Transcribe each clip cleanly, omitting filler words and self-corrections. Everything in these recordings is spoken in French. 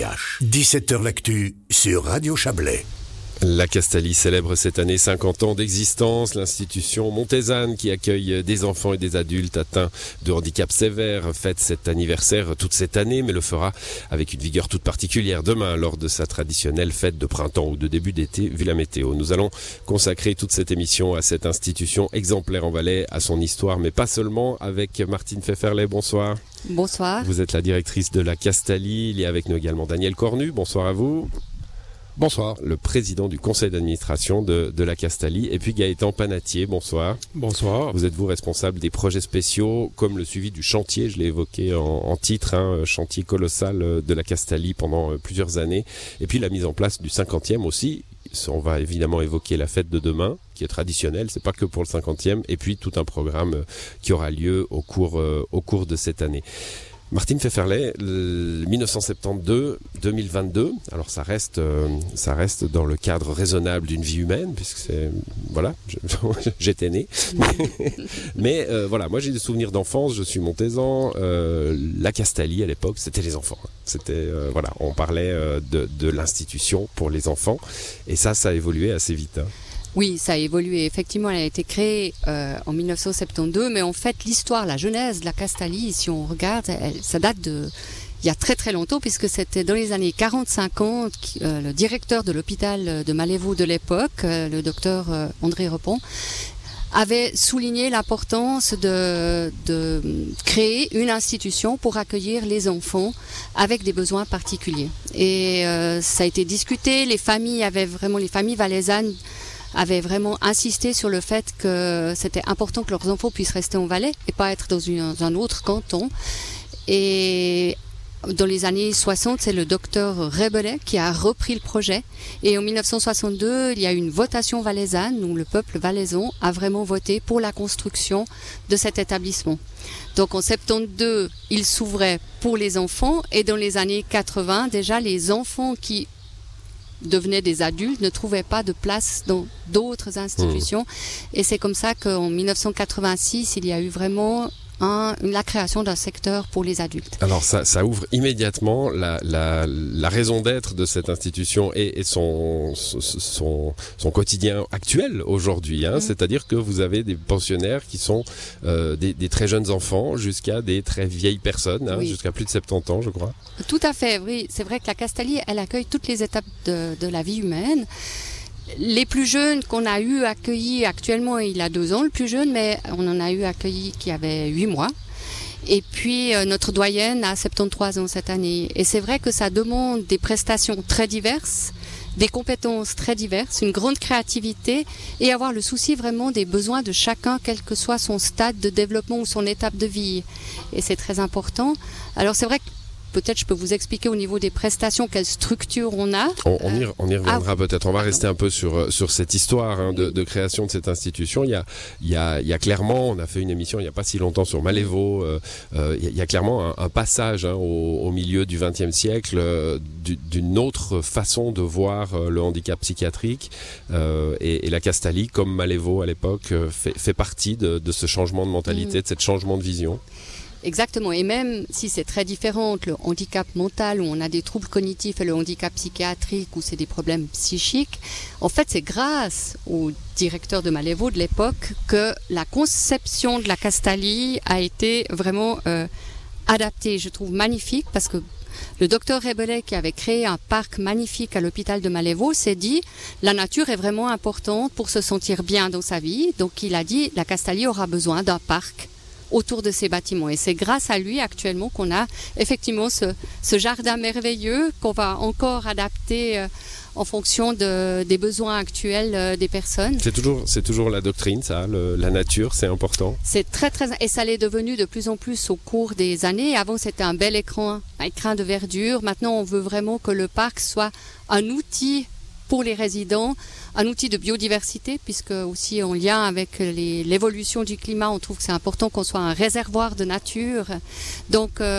17h l'actu sur Radio Chablais. La Castalie célèbre cette année 50 ans d'existence. L'institution montésane qui accueille des enfants et des adultes atteints de handicap sévère fête cet anniversaire toute cette année, mais le fera avec une vigueur toute particulière demain lors de sa traditionnelle fête de printemps ou de début d'été vu la météo. Nous allons consacrer toute cette émission à cette institution exemplaire en Valais, à son histoire, mais pas seulement, avec Martine Pfefferley. Bonsoir. Bonsoir. Vous êtes la directrice de la Castalie. Il y a avec nous également Daniel Cornu. Bonsoir à vous. Bonsoir. Le président du conseil d'administration de la Castalie. Et puis Gaëtan Panatier, bonsoir. Bonsoir. Vous êtes responsable des projets spéciaux, comme le suivi du chantier, je l'ai évoqué en titre, chantier colossal de la Castalie pendant plusieurs années. Et puis la mise en place du 50e aussi. On va évidemment évoquer la fête de demain, qui est traditionnelle, c'est pas que pour le 50e, et puis tout un programme qui aura lieu au cours de cette année. Martine Pfefferley, 1972-2022, alors ça reste dans le cadre raisonnable d'une vie humaine, puisque j'étais né. Mais voilà, moi j'ai des souvenirs d'enfance, je suis montaisan, la Castalie à l'époque, c'était les enfants. C'était, on parlait de l'institution pour les enfants, et ça a évolué assez vite. Oui, ça a évolué. Effectivement, elle a été créée en 1972, mais en fait, l'histoire, la genèse de la Castalie, si on regarde, ça date il y a très très longtemps, puisque c'était dans les années 40-50, le directeur de l'hôpital de Malévo de l'époque, le docteur André Repon, avait souligné l'importance de créer une institution pour accueillir les enfants avec des besoins particuliers. Et ça a été discuté, les familles valaisannes avaient vraiment insisté sur le fait que c'était important que leurs enfants puissent rester en Valais et pas être dans un autre canton. Et dans les années 60, c'est le docteur Rebellet qui a repris le projet. Et en 1962, il y a eu une votation valaisanne où le peuple valaisan a vraiment voté pour la construction de cet établissement. Donc en 72, il s'ouvrait pour les enfants, et dans les années 80, déjà les enfants qui devenaient des adultes ne trouvaient pas de place dans d'autres institutions. Et c'est comme ça qu'en 1986, il y a eu vraiment la création d'un secteur pour les adultes. Alors ça ouvre immédiatement la raison d'être de cette institution et son quotidien actuel aujourd'hui. C'est-à-dire que vous avez des pensionnaires qui sont des très jeunes enfants jusqu'à des très vieilles personnes, jusqu'à plus de 70 ans, je crois. Tout à fait, oui. C'est vrai que la Castalie, elle accueille toutes les étapes de la vie humaine. Les plus jeunes qu'on a eu accueillis actuellement, il a 2 ans le plus jeune, mais on en a eu accueillis qui avait 8 mois. Et puis notre doyenne a 73 ans cette année. Et c'est vrai que ça demande des prestations très diverses, des compétences très diverses, une grande créativité et avoir le souci vraiment des besoins de chacun, quel que soit son stade de développement ou son étape de vie. Et c'est très important. Alors c'est vrai que peut-être je peux vous expliquer au niveau des prestations quelle structure on a. On y reviendra peut-être. On va rester un peu sur cette histoire de création de cette institution. Il y a clairement, on a fait une émission il n'y a pas si longtemps sur Malévo. Il y a clairement un passage au milieu du XXe siècle d'une autre façon de voir le handicap psychiatrique. Et la Castalie, comme Malévo à l'époque, fait partie de ce changement de mentalité, de ce changement de vision. Exactement, et même si c'est très différent, le handicap mental où on a des troubles cognitifs et le handicap psychiatrique où c'est des problèmes psychiques, en fait c'est grâce au directeur de Malévo de l'époque que la conception de la Castalie a été vraiment adaptée. Je trouve magnifique parce que le docteur Rebellet, qui avait créé un parc magnifique à l'hôpital de Malévo, s'est dit la nature est vraiment importante pour se sentir bien dans sa vie, donc il a dit la Castalie aura besoin d'un parc autour de ces bâtiments. Et c'est grâce à lui actuellement qu'on a effectivement ce jardin merveilleux qu'on va encore adapter en fonction des besoins actuels des personnes. C'est toujours la doctrine, ça, la nature, c'est important. C'est très très, et ça l'est devenu de plus en plus au cours des années. Avant c'était un bel écran de verdure. Maintenant on veut vraiment que le parc soit un outil pour les résidents, un outil de biodiversité, puisque aussi en lien avec l'évolution du climat, on trouve que c'est important qu'on soit un réservoir de nature. Donc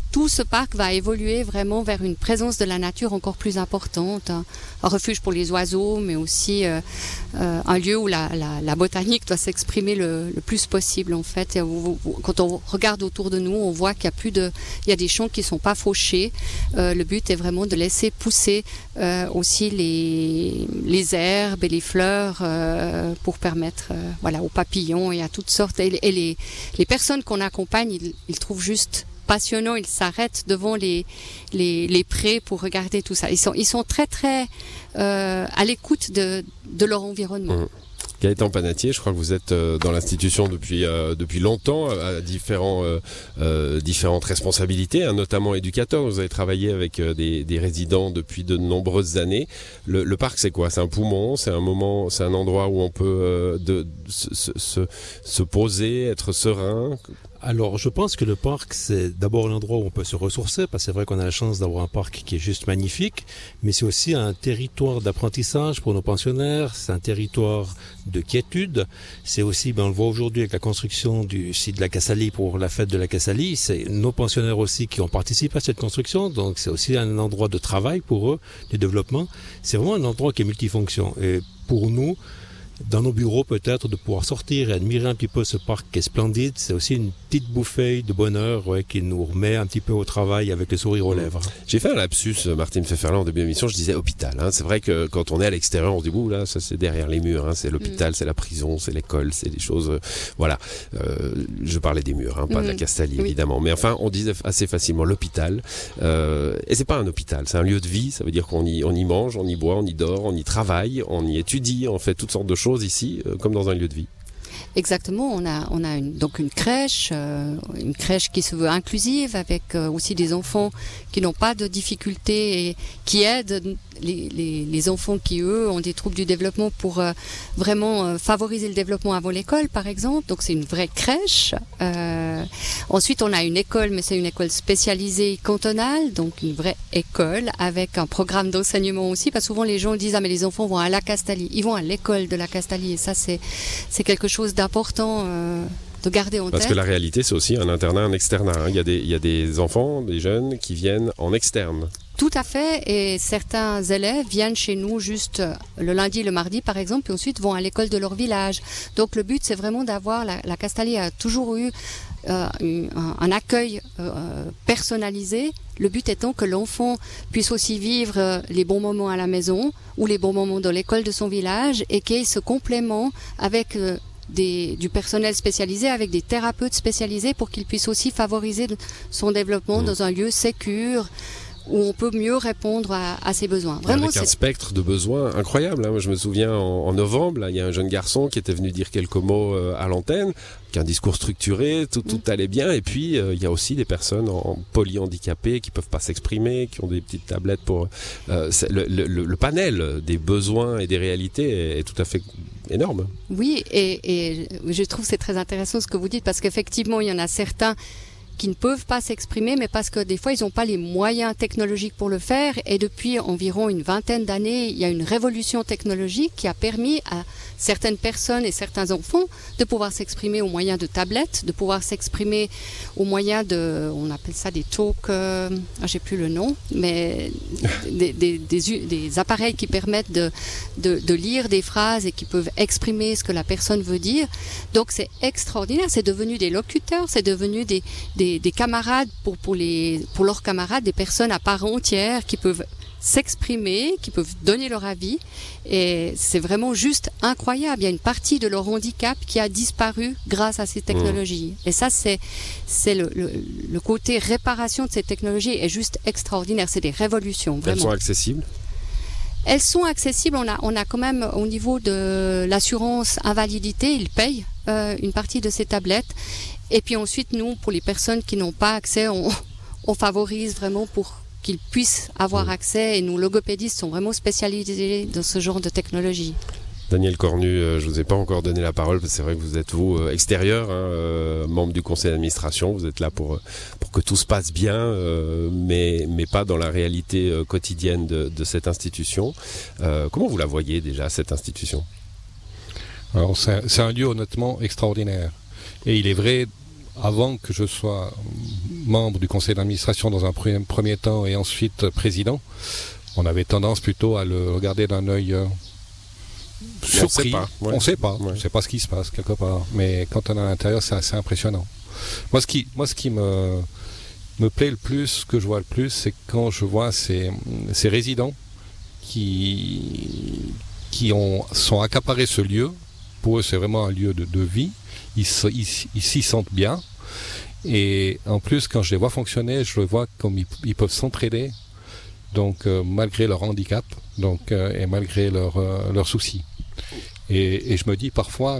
tout ce parc va évoluer vraiment vers une présence de la nature encore plus importante, un refuge pour les oiseaux, mais aussi un lieu où la botanique doit s'exprimer le plus possible en fait. Et quand on regarde autour de nous, on voit qu'il y a des champs qui sont pas fauchés. Le but est vraiment de laisser pousser aussi les herbes et les fleurs pour permettre aux papillons et à toutes sortes. Et les personnes qu'on accompagne, ils trouvent juste passionnant, ils s'arrêtent devant les prés pour regarder tout ça. Ils sont très très à l'écoute de leur environnement. Gaëtan Panatier, je crois que vous êtes dans l'institution depuis longtemps, à différentes responsabilités, notamment éducateur. Vous avez travaillé avec des résidents depuis de nombreuses années. Le parc, c'est quoi? C'est un poumon, c'est un endroit où on peut se poser, être serein. Alors, je pense que le parc, c'est d'abord l'endroit où on peut se ressourcer, parce que c'est vrai qu'on a la chance d'avoir un parc qui est juste magnifique, mais c'est aussi un territoire d'apprentissage pour nos pensionnaires, c'est un territoire de quiétude, c'est aussi, on le voit aujourd'hui avec la construction du site de la Cassalie pour la fête de la Cassalie, c'est nos pensionnaires aussi qui ont participé à cette construction, donc c'est aussi un endroit de travail pour eux, de développement. C'est vraiment un endroit qui est multifonction, et pour nous, dans nos bureaux peut-être, de pouvoir sortir et admirer un petit peu ce parc qui est splendide, c'est aussi une petite bouffée de bonheur qui nous remet un petit peu au travail avec le sourire aux lèvres. J'ai fait un lapsus, Martine Pfefferland, en début d'émission, je disais hôpital. C'est vrai que quand on est à l'extérieur, on se dit, ouh là, ça c'est derrière les murs, c'est l'hôpital, c'est la prison, c'est l'école, c'est des choses... je parlais des murs, pas de la Cassalie, évidemment. Mais enfin, on disait assez facilement l'hôpital. Et c'est pas un hôpital, c'est un lieu de vie, ça veut dire qu'on y mange, on y boit, on y dort, on y travaille, on y étudie, on fait toutes sortes de choses ici, comme dans un lieu de vie. Exactement, on a une crèche qui se veut inclusive avec aussi des enfants qui n'ont pas de difficultés et qui aident les enfants qui eux ont des troubles du développement pour vraiment favoriser le développement avant l'école par exemple. Donc c'est une vraie crèche. Ensuite on a une école, mais c'est une école spécialisée cantonale, donc une vraie école avec un programme d'enseignement aussi, parce que souvent les gens disent mais les enfants vont à la Cassalie, ils vont à l'école de la Cassalie, et ça c'est quelque chose d'important de garder en tête. Parce que la réalité, c'est aussi un internat, un externat. Il y a des enfants, des jeunes qui viennent en externe. Tout à fait, et certains élèves viennent chez nous juste le lundi, le mardi par exemple, puis ensuite vont à l'école de leur village. Donc le but c'est vraiment d'avoir, la Cassalie a toujours eu un accueil personnalisé, le but étant que l'enfant puisse aussi vivre les bons moments à la maison ou les bons moments dans l'école de son village, et qu'il y ait ce complément avec du personnel spécialisé, avec des thérapeutes spécialisés, pour qu'ils puissent aussi favoriser son développement dans un lieu sécure, où on peut mieux répondre à ses besoins. Vraiment, avec un spectre de besoins incroyable. Moi, je me souviens en novembre, il y a un jeune garçon qui était venu dire quelques mots à l'antenne, qui a un discours structuré, tout allait bien. Et puis, il y a aussi des personnes polyhandicapées qui peuvent pas s'exprimer, qui ont des petites tablettes pour... le panel des besoins et des réalités est tout à fait énorme. Oui, et je trouve que c'est très intéressant ce que vous dites, parce qu'effectivement, il y en a certains qui ne peuvent pas s'exprimer, mais parce que des fois ils n'ont pas les moyens technologiques pour le faire, et depuis environ une vingtaine d'années, il y a une révolution technologique qui a permis à certaines personnes et certains enfants de pouvoir s'exprimer au moyen de tablettes, de pouvoir s'exprimer au moyen on appelle ça des talks, j'ai plus le nom, mais des appareils qui permettent de lire des phrases et qui peuvent exprimer ce que la personne veut dire. Donc c'est extraordinaire, c'est devenu des locuteurs, c'est devenu des camarades pour leurs camarades, des personnes à part entière qui peuvent s'exprimer, qui peuvent donner leur avis, et c'est vraiment juste incroyable. Il y a une partie de leur handicap qui a disparu grâce à ces technologies. Et ça, c'est le côté réparation de ces technologies est juste extraordinaire. C'est des révolutions, vraiment. Elles sont accessibles? Elles sont accessibles. On a quand même, au niveau de l'assurance invalidité, ils payent une partie de ces tablettes. Et puis ensuite, nous, pour les personnes qui n'ont pas accès, on favorise vraiment pour qu'ils puissent avoir accès, et nos logopédistes sont vraiment spécialisés dans ce genre de technologie. Daniel Cornu, je vous ai pas encore donné la parole, parce que c'est vrai que vous êtes extérieur, membre du conseil d'administration, vous êtes là pour que tout se passe bien, mais pas dans la réalité quotidienne de cette institution. Comment vous la voyez déjà, cette institution? Alors c'est un lieu honnêtement extraordinaire, et il est vrai, avant que je sois membre du conseil d'administration dans un premier temps et ensuite président, on avait tendance plutôt à le regarder d'un œil surpris. On ne sait pas. On ne sait pas ce qui se passe quelque part. Mais quand on est à l'intérieur, c'est assez impressionnant. Moi, ce qui me plaît le plus, ce que je vois le plus, c'est quand je vois ces résidents qui sont accaparés ce lieu. Pour eux, c'est vraiment un lieu de vie. Ils s'y sentent bien. Et en plus, quand je les vois fonctionner, je les vois comme ils peuvent s'entraider. Donc, malgré leur handicap, et malgré leurs soucis. Et je me dis parfois,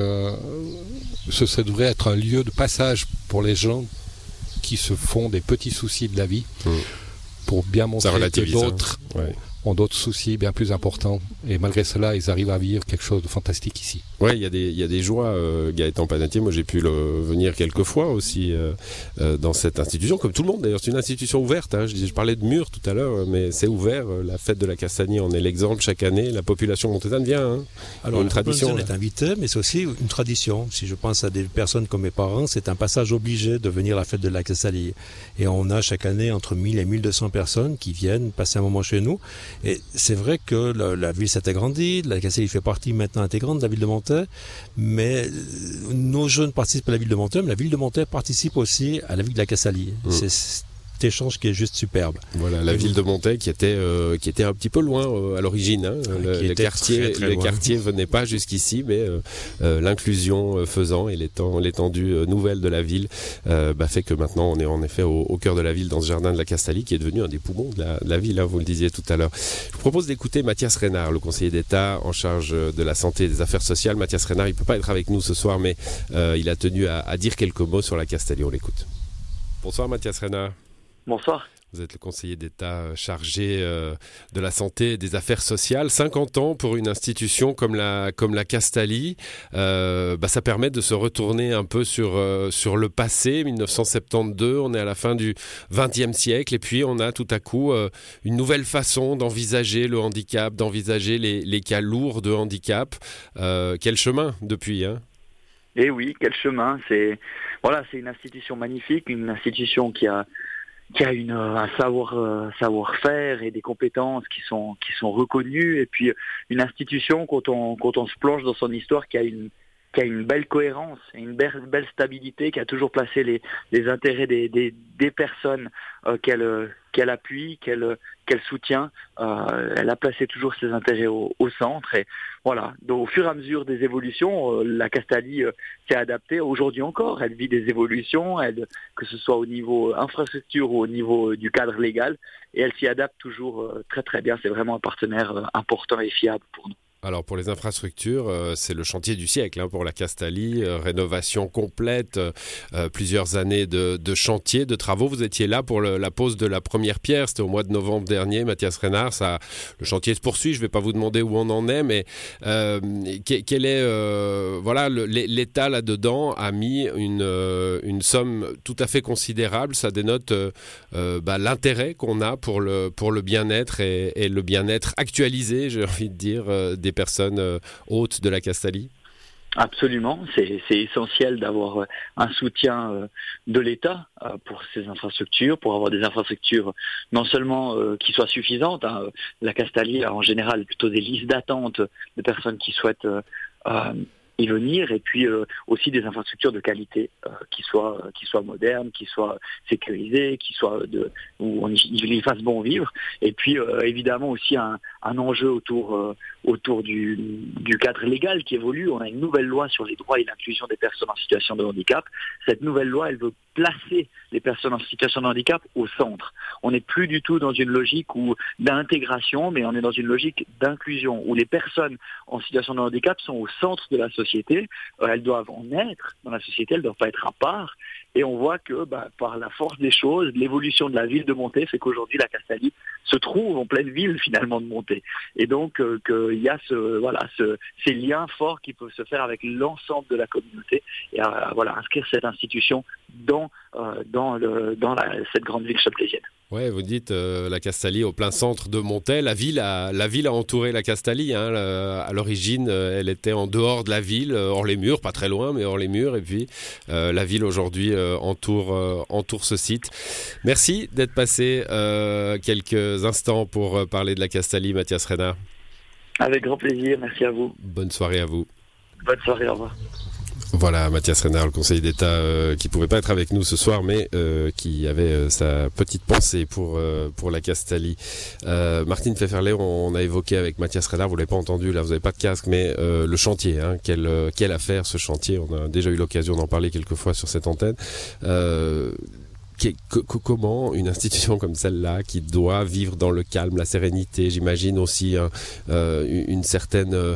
ce devrait être un lieu de passage pour les gens qui se font des petits soucis de la vie, pour bien montrer que d'autres ont d'autres soucis bien plus importants. Et malgré cela, ils arrivent à vivre quelque chose de fantastique ici. Ouais, il y a des joies, Gaëtan Panatier. Moi, j'ai pu venir quelques fois aussi dans cette institution, comme tout le monde d'ailleurs. C'est une institution ouverte. Hein. Je parlais de murs tout à l'heure, mais c'est ouvert. La fête de la Castanie en est l'exemple chaque année. La population montésane vient. Hein. Alors, une tradition. On est invité, mais c'est aussi une tradition. Si je pense à des personnes comme mes parents, c'est un passage obligé de venir à la fête de la Castanie. Et on a chaque année entre 1000 et 1200 personnes qui viennent passer un moment chez nous. Et c'est vrai que la ville s'est agrandie, la Castanie fait partie maintenant intégrante de la ville de Montaix, mais nos jeunes participent à la ville de Montaix, mais la ville de Montaix participe aussi à la ville de la Castanie. C'est cet échange qui est juste superbe. Voilà, la ville de Montaix qui était un petit peu loin à l'origine. Hein. Le quartier venait pas jusqu'ici, mais l'inclusion faisant et l'étendue nouvelle de la ville fait que maintenant on est en effet au cœur de la ville, dans ce jardin de la Castalie qui est devenu un des poumons de la ville, hein, vous le disiez tout à l'heure. Je vous propose d'écouter Mathias Reynard, le conseiller d'État en charge de la santé et des affaires sociales. Mathias Reynard, il peut pas être avec nous ce soir, mais il a tenu à dire quelques mots sur la Castalie. On l'écoute. Bonsoir Mathias Reynard. Bonsoir. Vous êtes le conseiller d'État chargé de la santé et des affaires sociales. 50 ans pour une institution comme la Castalie. Ça permet de se retourner un peu sur le passé. 1972, on est à la fin du XXe siècle. Et puis, on a tout à coup une nouvelle façon d'envisager le handicap, d'envisager les cas lourds de handicap. Quel chemin depuis, hein ? Eh oui, quel chemin. C'est une institution magnifique, une institution qui a un savoir-faire et des compétences qui sont reconnues, et puis une institution quand on se plonge dans son histoire qui a une belle cohérence et une belle stabilité, qui a toujours placé les intérêts des personnes qu'elle appuie, qu'elle soutient. Elle a placé toujours ses intérêts au centre. Et voilà, donc, au fur et à mesure des évolutions, la Castalie s'est adaptée. Aujourd'hui encore, elle vit des évolutions, que ce soit au niveau infrastructure ou au niveau du cadre légal, et elle s'y adapte toujours très très bien. C'est vraiment un partenaire important et fiable pour nous. Alors pour les infrastructures, c'est le chantier du siècle hein, pour la Castalie, rénovation complète, plusieurs années de chantier, de travaux. Vous étiez là pour la pose de la première pierre, c'était au mois de novembre dernier, Mathias Reynard. Le chantier se poursuit, je ne vais pas vous demander où on en est, mais quel est l'État là-dedans a mis une somme tout à fait considérable. Ça dénote l'intérêt qu'on a pour le bien-être et le bien-être actualisé, j'ai envie de dire, des personnes hôtes de la Castalie. Absolument, c'est essentiel d'avoir un soutien de l'État pour ces infrastructures, pour avoir des infrastructures non seulement qui soient suffisantes. Hein. La Castalie a en général plutôt des listes d'attente de personnes qui souhaitent y venir, et puis aussi des infrastructures de qualité qui soient modernes, qui soient sécurisées, où on y fasse bon vivre. Et puis évidemment aussi un enjeu autour du cadre légal qui évolue. On a une nouvelle loi sur les droits et l'inclusion des personnes en situation de handicap. Cette nouvelle loi, elle veut placer les personnes en situation de handicap au centre. On n'est plus du tout dans une logique d'intégration, mais on est dans une logique d'inclusion, où les personnes en situation de handicap sont au centre de la société. Elles doivent en être dans la société, elles ne doivent pas être à part. Et on voit que par la force des choses, l'évolution de la ville de Montaix fait qu'aujourd'hui la Castalie se trouve en pleine ville finalement de Montaix. Et donc qu'il y a ces liens forts qui peuvent se faire avec l'ensemble de la communauté, et inscrire cette institution dans cette grande ville chaplégienne. Ouais, vous dites la Castalie au plein centre de Montaix. La ville a entouré la Castalie. À l'origine, elle était en dehors de la ville, hors les murs, pas très loin, mais hors les murs. Et puis, la ville aujourd'hui entoure ce site. Merci d'être passé quelques instants pour parler de la Castalie, Mathias Renard. Avec grand plaisir, merci à vous. Bonne soirée à vous. Bonne soirée, au revoir. Voilà, Mathias Renard, le conseiller d'État, qui pouvait pas être avec nous ce soir, mais qui avait sa petite pensée pour la Castalie. Martine Pfefferley, on a évoqué avec Mathias Renard, vous l'avez pas entendu, là vous avez pas de casque, mais le chantier, quelle affaire ce chantier. On a déjà eu l'occasion d'en parler quelques fois sur cette antenne. Comment une institution comme celle-là, qui doit vivre dans le calme, la sérénité, j'imagine aussi une certaine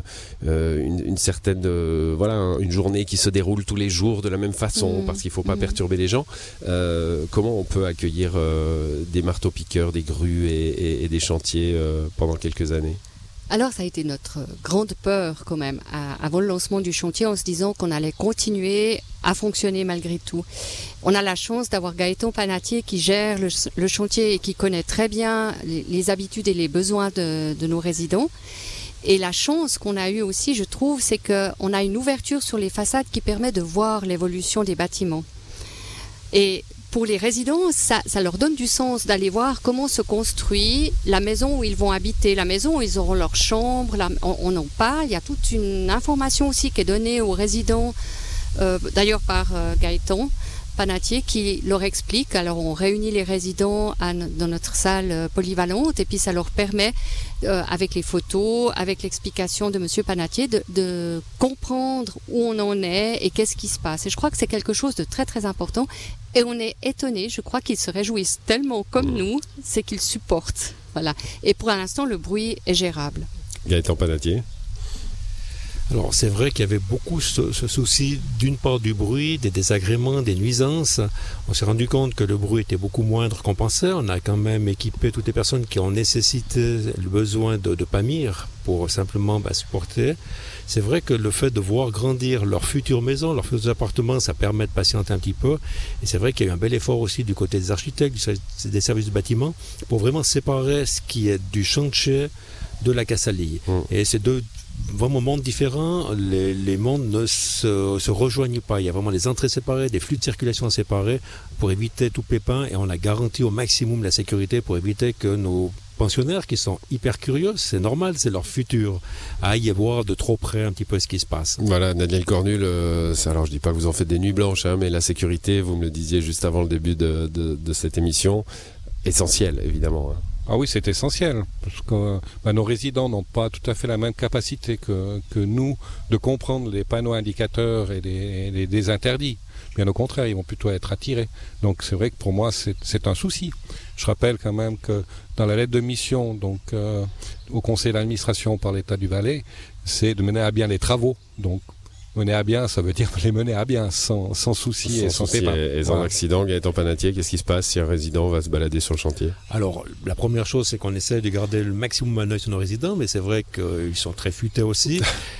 une journée qui se déroule tous les jours de la même façon, parce qu'il faut pas perturber les gens. Comment on peut accueillir des marteaux-piqueurs, des grues et des chantiers pendant quelques années? Alors ça a été notre grande peur quand même, avant le lancement du chantier, en se disant qu'on allait continuer à fonctionner malgré tout. On a la chance d'avoir Gaëtan Panatier qui gère le chantier et qui connaît très bien les habitudes et les besoins de nos résidents. Et la chance qu'on a eue aussi, je trouve, c'est qu'on a une ouverture sur les façades qui permet de voir l'évolution des bâtiments. Et pour les résidents, ça leur donne du sens d'aller voir comment se construit la maison où ils vont habiter, la maison où ils auront leur chambre. On en parle, il y a toute une information aussi qui est donnée aux résidents, d'ailleurs par Gaëtan Panatier qui leur explique. Alors on réunit les résidents dans notre salle polyvalente et puis ça leur permet, avec les photos, avec l'explication de Monsieur Panatier, de comprendre où on en est et qu'est-ce qui se passe. Et je crois que c'est quelque chose de très très important. Et on est étonné, je crois qu'ils se réjouissent tellement comme nous, c'est qu'ils supportent. Voilà. Et pour l'instant, le bruit est gérable. Gaëtan Panatier. Alors c'est vrai qu'il y avait beaucoup ce souci d'une part du bruit, des désagréments, des nuisances. On s'est rendu compte que le bruit était beaucoup moindre qu'on pensait. On a quand même équipé toutes les personnes qui ont nécessité le besoin de PAMIR pour simplement supporter. C'est vrai que le fait de voir grandir leur future maison, leurs futurs appartements, ça permet de patienter un petit peu. Et c'est vrai qu'il y a eu un bel effort aussi du côté des architectes, des services du bâtiment, pour vraiment séparer ce qui est du chantier de la Castalie. Et c'est deux vraiment mondes différents, les mondes ne se rejoignent pas. Il y a vraiment des entrées séparées, des flux de circulation séparés pour éviter tout pépin, et on a garanti au maximum la sécurité pour éviter que nos pensionnaires qui sont hyper curieux, c'est normal, c'est leur futur, aillent voir de trop près un petit peu ce qui se passe. Voilà, Daniel Cornul, alors je dis pas que vous en faites des nuits blanches, mais la sécurité, vous me le disiez juste avant le début de cette émission, essentielle évidemment. Ah oui, c'est essentiel, parce que nos résidents n'ont pas tout à fait la même capacité que nous de comprendre les panneaux indicateurs et les interdits. Bien au contraire, ils vont plutôt être attirés. Donc c'est vrai que pour moi, c'est un souci. Je rappelle quand même que dans la lettre de mission au conseil d'administration par l'État du Valais, c'est de mener à bien les travaux. Donc mener à bien, ça veut dire les mener à bien sans souci et sans pépin. Et sans accident. Gaëtan Panatier, qu'est-ce qui se passe si un résident va se balader sur le chantier? Alors, la première chose, c'est qu'on essaie de garder le maximum un œil sur nos résidents, mais c'est vrai qu'ils sont très futés aussi.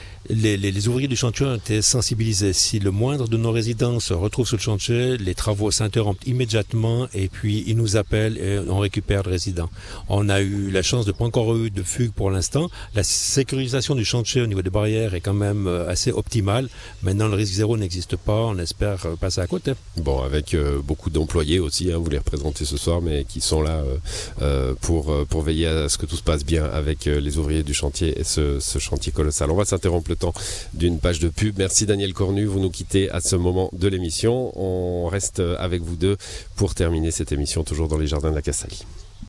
Les ouvriers du chantier ont été sensibilisés. Si le moindre de nos résidents se retrouve sur le chantier, les travaux s'interrompent immédiatement et puis ils nous appellent et on récupère le résident. On a eu la chance de pas encore eu de fugue pour l'instant. La sécurisation du chantier au niveau des barrières est quand même assez optimale. Maintenant, le risque zéro n'existe pas. On espère passer à côté. Bon, avec beaucoup d'employés aussi, vous les représentez ce soir, mais qui sont là pour veiller à ce que tout se passe bien avec les ouvriers du chantier et ce chantier colossal. On va s'interrompre le temps d'une page de pub. Merci Daniel Cornu, vous nous quittez à ce moment de l'émission. On reste avec vous deux pour terminer cette émission toujours dans les jardins de la Castalie.